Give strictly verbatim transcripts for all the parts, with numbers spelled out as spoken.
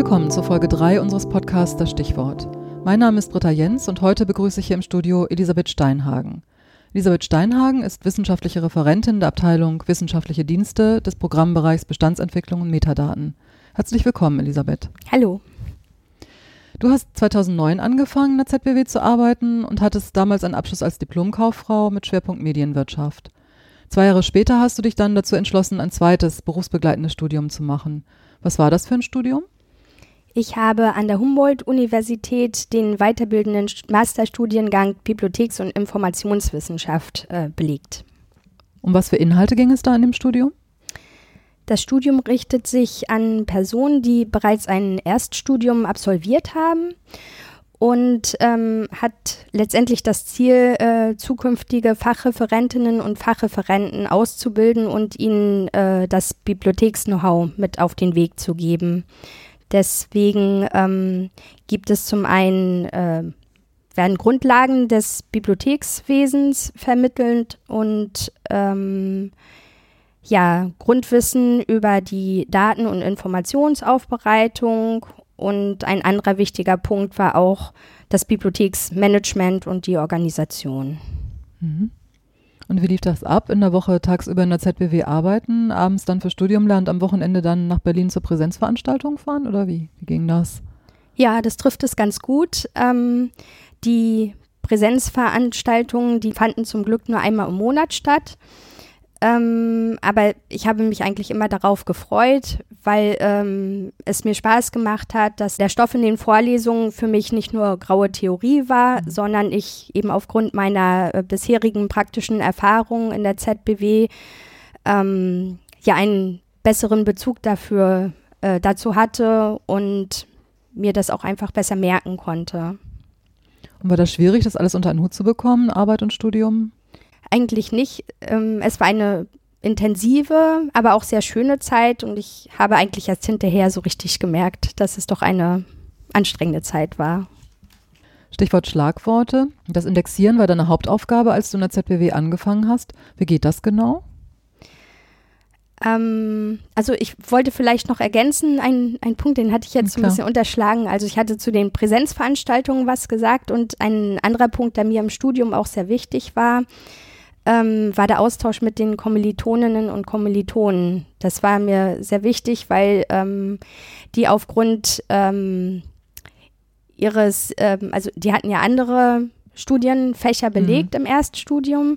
Willkommen zur Folge drei unseres Podcasts Das Stichwort. Mein Name ist Britta Jens und heute begrüße ich hier im Studio Elisabeth Steinhagen. Elisabeth Steinhagen ist wissenschaftliche Referentin der Abteilung Wissenschaftliche Dienste des Programmbereichs Bestandsentwicklung und Metadaten. Herzlich willkommen, Elisabeth. Hallo. Du hast zweitausendneun angefangen, in der Z B W zu arbeiten und hattest damals einen Abschluss als Diplomkauffrau mit Schwerpunkt Medienwirtschaft. Zwei Jahre später hast du dich dann dazu entschlossen, ein zweites berufsbegleitendes Studium zu machen. Was war das für ein Studium? Ich habe an der Humboldt-Universität den weiterbildenden Masterstudiengang Bibliotheks- und Informationswissenschaft äh, belegt. Um was für Inhalte ging es da in dem Studium? Das Studium richtet sich an Personen, die bereits ein Erststudium absolviert haben und ähm, hat letztendlich das Ziel, äh, zukünftige Fachreferentinnen und Fachreferenten auszubilden und ihnen äh, das Bibliotheks-Know-how mit auf den Weg zu geben. Deswegen ähm, gibt es zum einen, äh, werden Grundlagen des Bibliothekswesens vermittelt und ähm, ja, Grundwissen über die Daten- und Informationsaufbereitung. Und ein anderer wichtiger Punkt war auch das Bibliotheksmanagement und die Organisation. Mhm. Und wie lief das ab? In der Woche tagsüber in der Z B W arbeiten, abends dann für Studium lernen und am Wochenende dann nach Berlin zur Präsenzveranstaltung fahren oder wie? Wie ging das? Ja, das trifft es ganz gut. Ähm, die Präsenzveranstaltungen, die fanden zum Glück nur einmal im Monat statt. Ähm, aber ich habe mich eigentlich immer darauf gefreut, weil ähm, es mir Spaß gemacht hat, dass der Stoff in den Vorlesungen für mich nicht nur graue Theorie war, mhm. sondern ich eben aufgrund meiner äh, bisherigen praktischen Erfahrungen in der Z B W ähm, ja einen besseren Bezug dafür äh, dazu hatte und mir das auch einfach besser merken konnte. Und war das schwierig, das alles unter einen Hut zu bekommen, Arbeit und Studium? Eigentlich nicht. Ähm, es war eine intensive, aber auch sehr schöne Zeit und ich habe eigentlich erst hinterher so richtig gemerkt, dass es doch eine anstrengende Zeit war. Stichwort Schlagworte. Das Indexieren war deine Hauptaufgabe, als du in der Z B W angefangen hast. Wie geht das genau? Ähm, also ich wollte vielleicht noch ergänzen, ein, ein Punkt, den hatte ich jetzt Klar. ein bisschen unterschlagen. Also ich hatte zu den Präsenzveranstaltungen was gesagt und ein anderer Punkt, der mir im Studium auch sehr wichtig war, Ähm, war der Austausch mit den Kommilitoninnen und Kommilitonen. Das war mir sehr wichtig, weil ähm, die aufgrund ähm, ihres, ähm, also die hatten ja andere Studienfächer belegt mhm. im Erststudium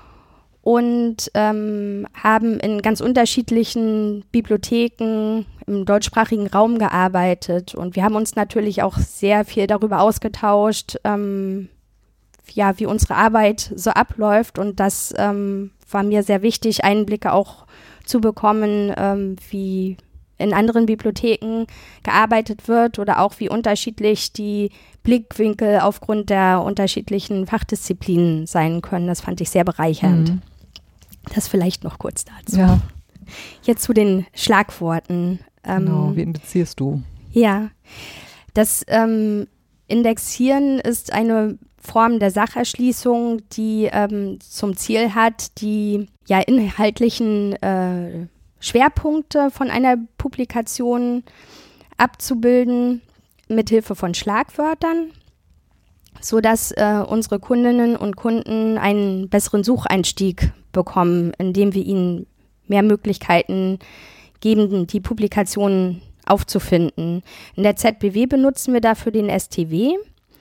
und ähm, haben in ganz unterschiedlichen Bibliotheken im deutschsprachigen Raum gearbeitet. Und wir haben uns natürlich auch sehr viel darüber ausgetauscht, ähm, ja, wie unsere Arbeit so abläuft und das ähm, war mir sehr wichtig, Einblicke auch zu bekommen, ähm, wie in anderen Bibliotheken gearbeitet wird oder auch wie unterschiedlich die Blickwinkel aufgrund der unterschiedlichen Fachdisziplinen sein können. Das fand ich sehr bereichernd. Mhm. Das vielleicht noch kurz dazu. Ja. Jetzt zu den Schlagworten. Ähm, genau, wie indizierst du? Ja, das ähm, Indexieren ist eine Form der Sacherschließung, die ähm, zum Ziel hat, die ja inhaltlichen äh, Schwerpunkte von einer Publikation abzubilden mithilfe von Schlagwörtern, sodass äh, unsere Kundinnen und Kunden einen besseren Sucheinstieg bekommen, indem wir ihnen mehr Möglichkeiten geben, die Publikationen aufzufinden. In der Z B W benutzen wir dafür den S T W.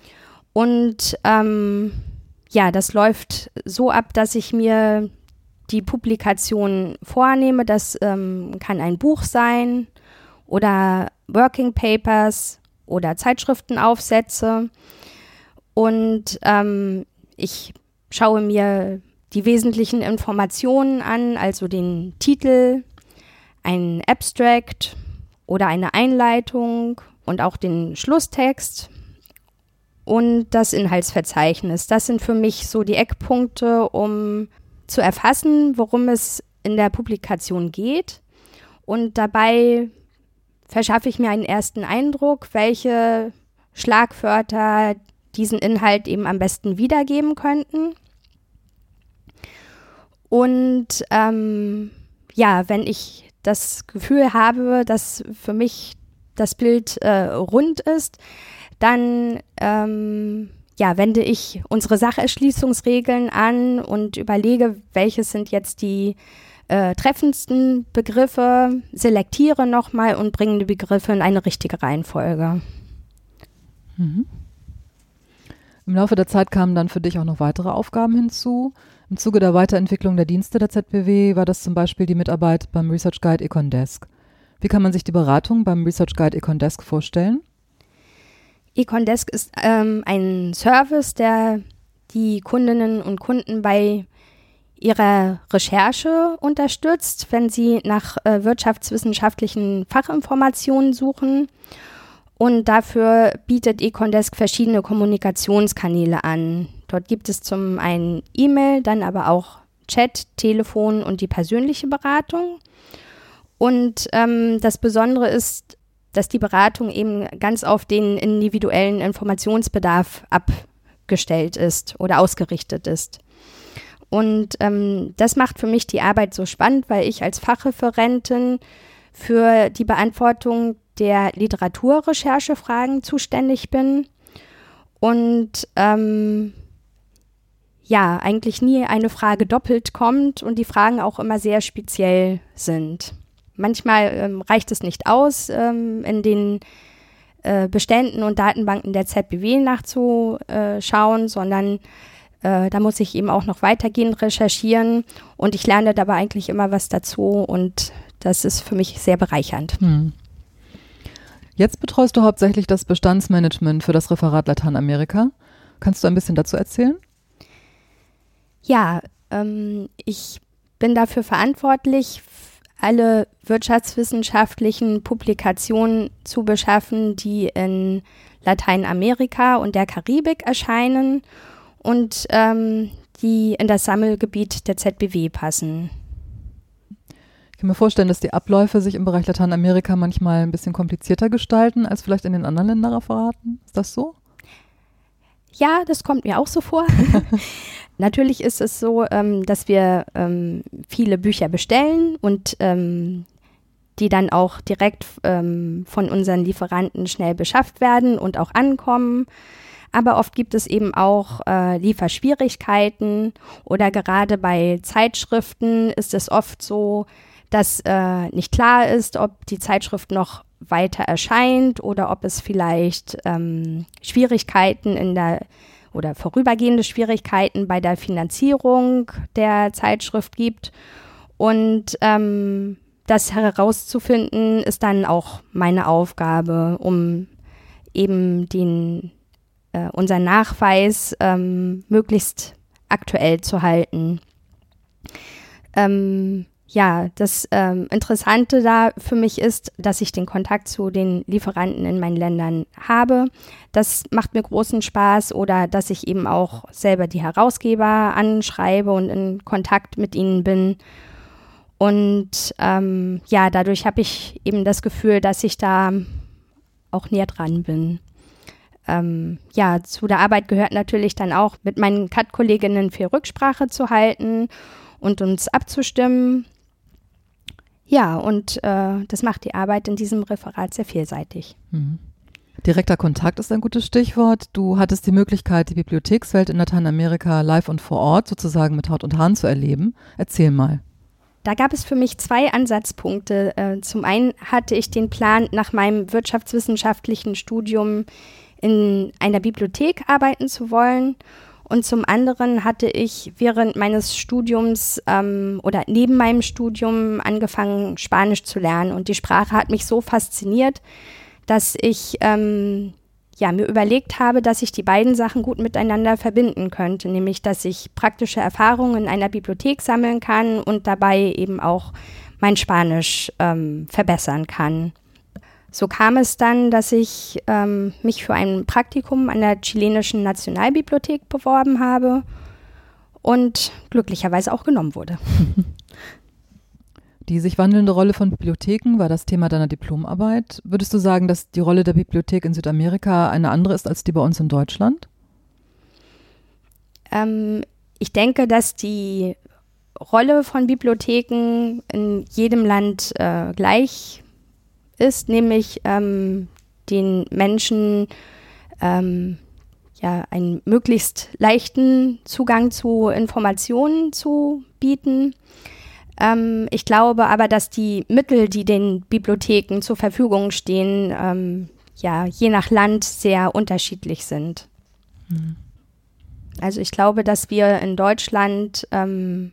Und ähm, ja, das läuft so ab, dass ich mir die Publikation vornehme. Das ähm, kann ein Buch sein oder Working Papers oder Zeitschriftenaufsätze. Und ähm, ich schaue mir die wesentlichen Informationen an, also den Titel, einen Abstract oder eine Einleitung und auch den Schlusstext. Und das Inhaltsverzeichnis. Das sind für mich so die Eckpunkte, um zu erfassen, worum es in der Publikation geht. Und dabei verschaffe ich mir einen ersten Eindruck, welche Schlagwörter diesen Inhalt eben am besten wiedergeben könnten. Und ähm, ja, wenn ich das Gefühl habe, dass für mich das Bild äh, rund ist, dann ähm, ja, wende ich unsere Sacherschließungsregeln an und überlege, welches sind jetzt die äh, treffendsten Begriffe, selektiere nochmal und bringe die Begriffe in eine richtige Reihenfolge. Mhm. Im Laufe der Zeit kamen dann für dich auch noch weitere Aufgaben hinzu. Im Zuge der Weiterentwicklung der Dienste der Z B W war das zum Beispiel die Mitarbeit beim Research Guide Econdesk. Wie kann man sich die Beratung beim Research Guide Econdesk vorstellen? Econdesk ist ähm, ein Service, der die Kundinnen und Kunden bei ihrer Recherche unterstützt, wenn sie nach äh, wirtschaftswissenschaftlichen Fachinformationen suchen. Und dafür bietet Econdesk verschiedene Kommunikationskanäle an. Dort gibt es zum einen E-Mail, dann aber auch Chat, Telefon und die persönliche Beratung. Und ähm, das Besondere ist, dass die Beratung eben ganz auf den individuellen Informationsbedarf abgestellt ist oder ausgerichtet ist. Und ähm, das macht für mich die Arbeit so spannend, weil ich als Fachreferentin für die Beantwortung der Literaturrecherchefragen zuständig bin und ähm, ja, eigentlich nie eine Frage doppelt kommt und die Fragen auch immer sehr speziell sind. Manchmal ähm, reicht es nicht aus, ähm, in den äh, Beständen und Datenbanken der Z B W nachzuschauen, sondern äh, da muss ich eben auch noch weitergehend recherchieren und ich lerne dabei eigentlich immer was dazu und das ist für mich sehr bereichernd. Hm. Jetzt betreust du hauptsächlich das Bestandsmanagement für das Referat Lateinamerika. Kannst du ein bisschen dazu erzählen? Ja, ähm, ich bin dafür verantwortlich, alle wirtschaftswissenschaftlichen Publikationen zu beschaffen, die in Lateinamerika und der Karibik erscheinen und ähm, die in das Sammelgebiet der Z B W passen. Ich kann mir vorstellen, dass die Abläufe sich im Bereich Lateinamerika manchmal ein bisschen komplizierter gestalten als vielleicht in den anderen Länderreferaten. Ist das so? Ja, das kommt mir auch so vor. Natürlich ist es so, ähm, dass wir ähm, viele Bücher bestellen und ähm, die dann auch direkt ähm, von unseren Lieferanten schnell beschafft werden und auch ankommen. Aber oft gibt es eben auch äh, Lieferschwierigkeiten oder gerade bei Zeitschriften ist es oft so, dass äh, nicht klar ist, ob die Zeitschrift noch weiter erscheint oder ob es vielleicht ähm, Schwierigkeiten in der oder vorübergehende Schwierigkeiten bei der Finanzierung der Zeitschrift gibt. Und ähm, das herauszufinden, ist dann auch meine Aufgabe, um eben den, äh, unseren Nachweis ähm, möglichst aktuell zu halten. Ähm, Ja, das ähm, Interessante da für mich ist, dass ich den Kontakt zu den Lieferanten in meinen Ländern habe. Das macht mir großen Spaß oder dass ich eben auch selber die Herausgeber anschreibe und in Kontakt mit ihnen bin. Und ähm, ja, dadurch habe ich eben das Gefühl, dass ich da auch näher dran bin. Ähm, ja, zu der Arbeit gehört natürlich dann auch, mit meinen C A D-Kolleginnen viel Rücksprache zu halten und uns abzustimmen. Ja, und äh, das macht die Arbeit in diesem Referat sehr vielseitig. Mhm. Direkter Kontakt ist ein gutes Stichwort. Du hattest die Möglichkeit, die Bibliothekswelt in Lateinamerika live und vor Ort sozusagen mit Haut und Haaren zu erleben. Erzähl mal. Da gab es für mich zwei Ansatzpunkte. Äh, zum einen hatte ich den Plan, nach meinem wirtschaftswissenschaftlichen Studium in einer Bibliothek arbeiten zu wollen. Und zum anderen hatte ich während meines Studiums ähm, oder neben meinem Studium angefangen, Spanisch zu lernen. Und die Sprache hat mich so fasziniert, dass ich ähm, ja, mir überlegt habe, dass ich die beiden Sachen gut miteinander verbinden könnte. Nämlich, dass ich praktische Erfahrungen in einer Bibliothek sammeln kann und dabei eben auch mein Spanisch ähm, verbessern kann. So kam es dann, dass ich ähm, mich für ein Praktikum an der chilenischen Nationalbibliothek beworben habe und glücklicherweise auch genommen wurde. Die sich wandelnde Rolle von Bibliotheken war das Thema deiner Diplomarbeit. Würdest du sagen, dass die Rolle der Bibliothek in Südamerika eine andere ist als die bei uns in Deutschland? Ähm, ich denke, dass die Rolle von Bibliotheken in jedem Land äh, gleich ist, nämlich ähm, den Menschen ähm, ja, einen möglichst leichten Zugang zu Informationen zu bieten. Ähm, ich glaube aber, dass die Mittel, die den Bibliotheken zur Verfügung stehen, ähm, ja, je nach Land sehr unterschiedlich sind. Mhm. Also ich glaube, dass wir in Deutschland ähm,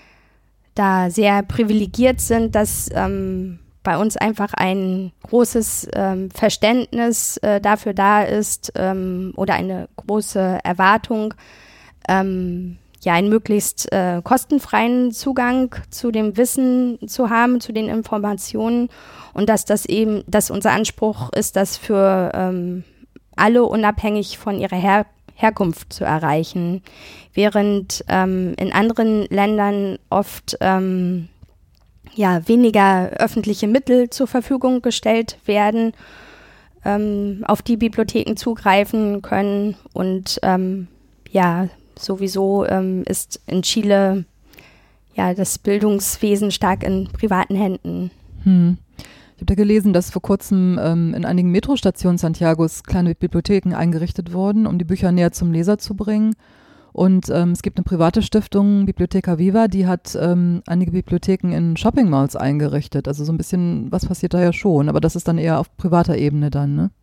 da sehr privilegiert sind, dass ähm, bei uns einfach ein großes ähm, Verständnis äh, dafür da ist ähm, oder eine große Erwartung, ähm, ja, einen möglichst äh, kostenfreien Zugang zu dem Wissen zu haben, zu den Informationen und dass das eben, dass unser Anspruch ist, das für ähm, alle unabhängig von ihrer Her- Herkunft zu erreichen, während ähm, in anderen Ländern oft ähm, ja, weniger öffentliche Mittel zur Verfügung gestellt werden, ähm, auf die Bibliotheken zugreifen können. Und ähm, ja, sowieso ähm, ist in Chile ja das Bildungswesen stark in privaten Händen. Hm. Ich habe da gelesen, dass vor kurzem ähm, in einigen Metrostationen Santiagos kleine Bibliotheken eingerichtet wurden, um die Bücher näher zum Leser zu bringen. Und ähm, es gibt eine private Stiftung, Biblioteca Viva, die hat ähm, einige Bibliotheken in Shopping Malls eingerichtet. Also so ein bisschen, was passiert da ja schon, aber das ist dann eher auf privater Ebene dann, ne?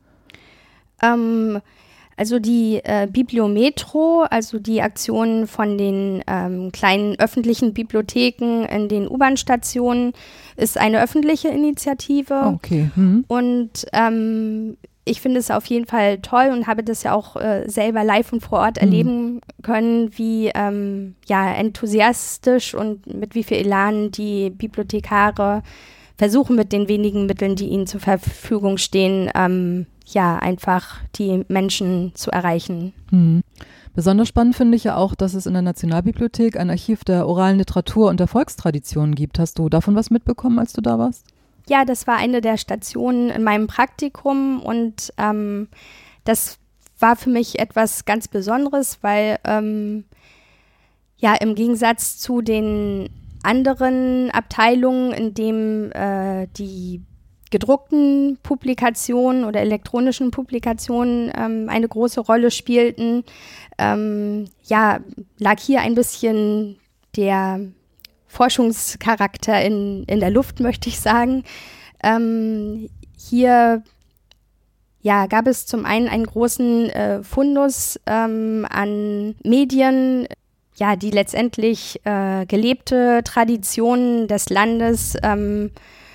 Ähm, also die äh, Bibliometro, also die Aktion von den ähm, kleinen öffentlichen Bibliotheken in den U-Bahn-Stationen, ist eine öffentliche Initiative. Okay. Mhm. Und ähm, ich finde es auf jeden Fall toll und habe das ja auch äh, selber live und vor Ort mhm. erleben können, wie ähm, ja, enthusiastisch und mit wie viel Elan die Bibliothekare versuchen, mit den wenigen Mitteln, die ihnen zur Verfügung stehen, ähm, ja, einfach die Menschen zu erreichen. Mhm. Besonders spannend finde ich ja auch, dass es in der Nationalbibliothek ein Archiv der oralen Literatur und der Volkstraditionen gibt. Hast du davon was mitbekommen, als du da warst? Ja, das war eine der Stationen in meinem Praktikum und ähm, das war für mich etwas ganz Besonderes, weil ähm, ja im Gegensatz zu den anderen Abteilungen, in dem äh, die gedruckten Publikationen oder elektronischen Publikationen ähm, eine große Rolle spielten, ähm, ja, lag hier ein bisschen der Forschungscharakter in, in der Luft, möchte ich sagen. Ähm, hier ja, gab es zum einen einen großen äh, Fundus ähm, an Medien, ja, die letztendlich äh, gelebte Traditionen des Landes ähm,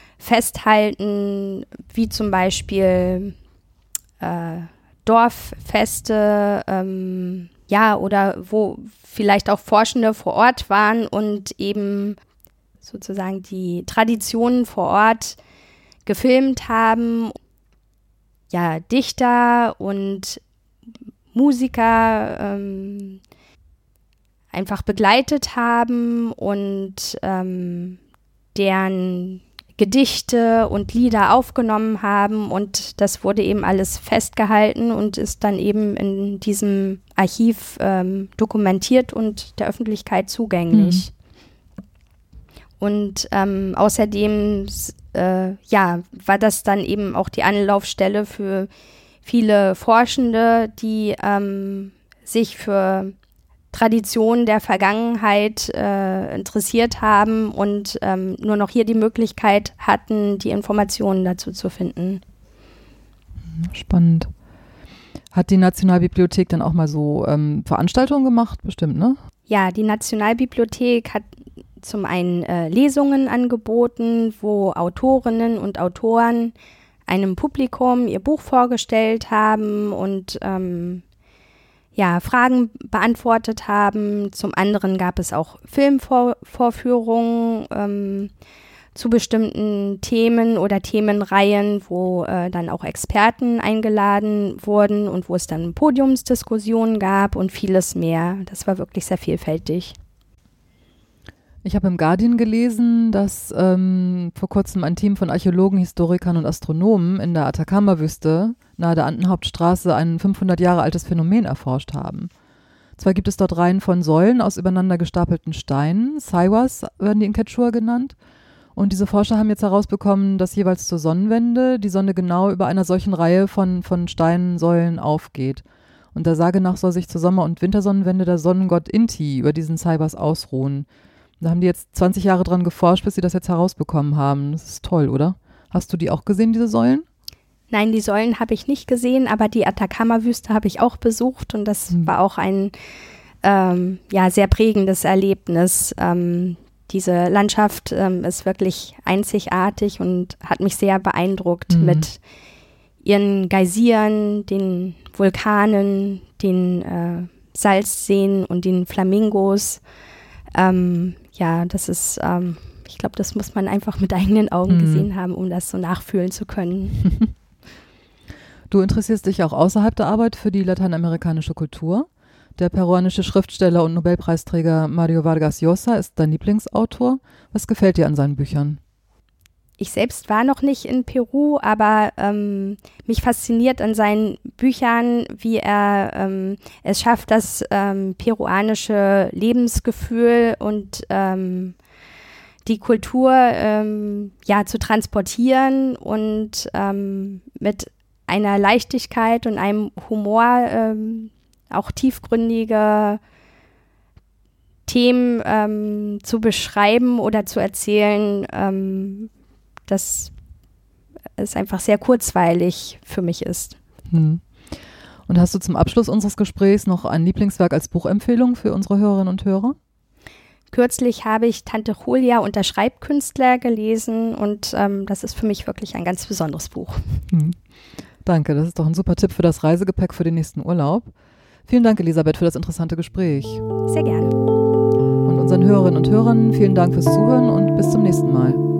festhalten, wie zum Beispiel äh, Dorffeste, ähm, ja, oder wo vielleicht auch Forschende vor Ort waren und eben sozusagen die Traditionen vor Ort gefilmt haben. Ja, Dichter und Musiker ähm, einfach begleitet haben und ähm, deren Gedichte und Lieder aufgenommen haben und das wurde eben alles festgehalten und ist dann eben in diesem Archiv ähm, dokumentiert und der Öffentlichkeit zugänglich. Mhm. Und ähm, außerdem äh, ja, war das dann eben auch die Anlaufstelle für viele Forschende, die ähm, sich für Traditionen der Vergangenheit äh, interessiert haben und ähm, nur noch hier die Möglichkeit hatten, die Informationen dazu zu finden. Spannend. Hat die Nationalbibliothek dann auch mal so ähm, Veranstaltungen gemacht, bestimmt, ne? Ja, die Nationalbibliothek hat zum einen äh, Lesungen angeboten, wo Autorinnen und Autoren einem Publikum ihr Buch vorgestellt haben und ähm, ja, Fragen beantwortet haben. Zum anderen gab es auch Filmvorführungen ähm, zu bestimmten Themen oder Themenreihen, wo äh, dann auch Experten eingeladen wurden und wo es dann Podiumsdiskussionen gab und vieles mehr. Das war wirklich sehr vielfältig. Ich habe im Guardian gelesen, dass ähm, vor kurzem ein Team von Archäologen, Historikern und Astronomen in der Atacama-Wüste nahe der Andenhauptstraße ein fünfhundert Jahre altes Phänomen erforscht haben. Zwar gibt es dort Reihen von Säulen aus übereinander gestapelten Steinen, Saiwas werden die in Quechua genannt, Und diese Forscher haben jetzt herausbekommen, dass jeweils zur Sonnenwende die Sonne genau über einer solchen Reihe von, von Steinsäulen aufgeht. Und der Sage nach soll sich zur Sommer- und Wintersonnenwende der Sonnengott Inti über diesen Cybers ausruhen. Da haben die jetzt zwanzig Jahre dran geforscht, bis sie das jetzt herausbekommen haben. Das ist toll, oder? Hast du die auch gesehen, diese Säulen? Nein, die Säulen habe ich nicht gesehen, aber die Atacama-Wüste habe ich auch besucht und das hm. war auch ein ähm, ja, sehr prägendes Erlebnis. Ähm, diese Landschaft ähm, ist wirklich einzigartig und hat mich sehr beeindruckt hm. mit ihren Geysiren, den Vulkanen, den äh, Salzseen und den Flamingos. Ähm, ja, das ist, ähm, ich glaube, das muss man einfach mit eigenen Augen hm. gesehen haben, um das so nachfühlen zu können. Du interessierst dich auch außerhalb der Arbeit für die lateinamerikanische Kultur. Der peruanische Schriftsteller und Nobelpreisträger Mario Vargas Llosa ist dein Lieblingsautor. Was gefällt dir an seinen Büchern? Ich selbst war noch nicht in Peru, aber ähm, mich fasziniert an seinen Büchern, wie er ähm, es schafft, das ähm, peruanische Lebensgefühl und ähm, die Kultur ähm, ja, zu transportieren und ähm, mit einer Leichtigkeit und einem Humor ähm, auch tiefgründige Themen ähm, zu beschreiben oder zu erzählen, ähm, dass es einfach sehr kurzweilig für mich ist. Hm. Und hast du zum Abschluss unseres Gesprächs noch ein Lieblingswerk als Buchempfehlung für unsere Hörerinnen und Hörer? Kürzlich habe ich Tante Julia und der Schreibkünstler gelesen und ähm, das ist für mich wirklich ein ganz besonderes Buch. Hm. Danke, das ist doch ein super Tipp für das Reisegepäck für den nächsten Urlaub. Vielen Dank, Elisabeth, für das interessante Gespräch. Sehr gerne. Und unseren Hörerinnen und Hörern vielen Dank fürs Zuhören und bis zum nächsten Mal.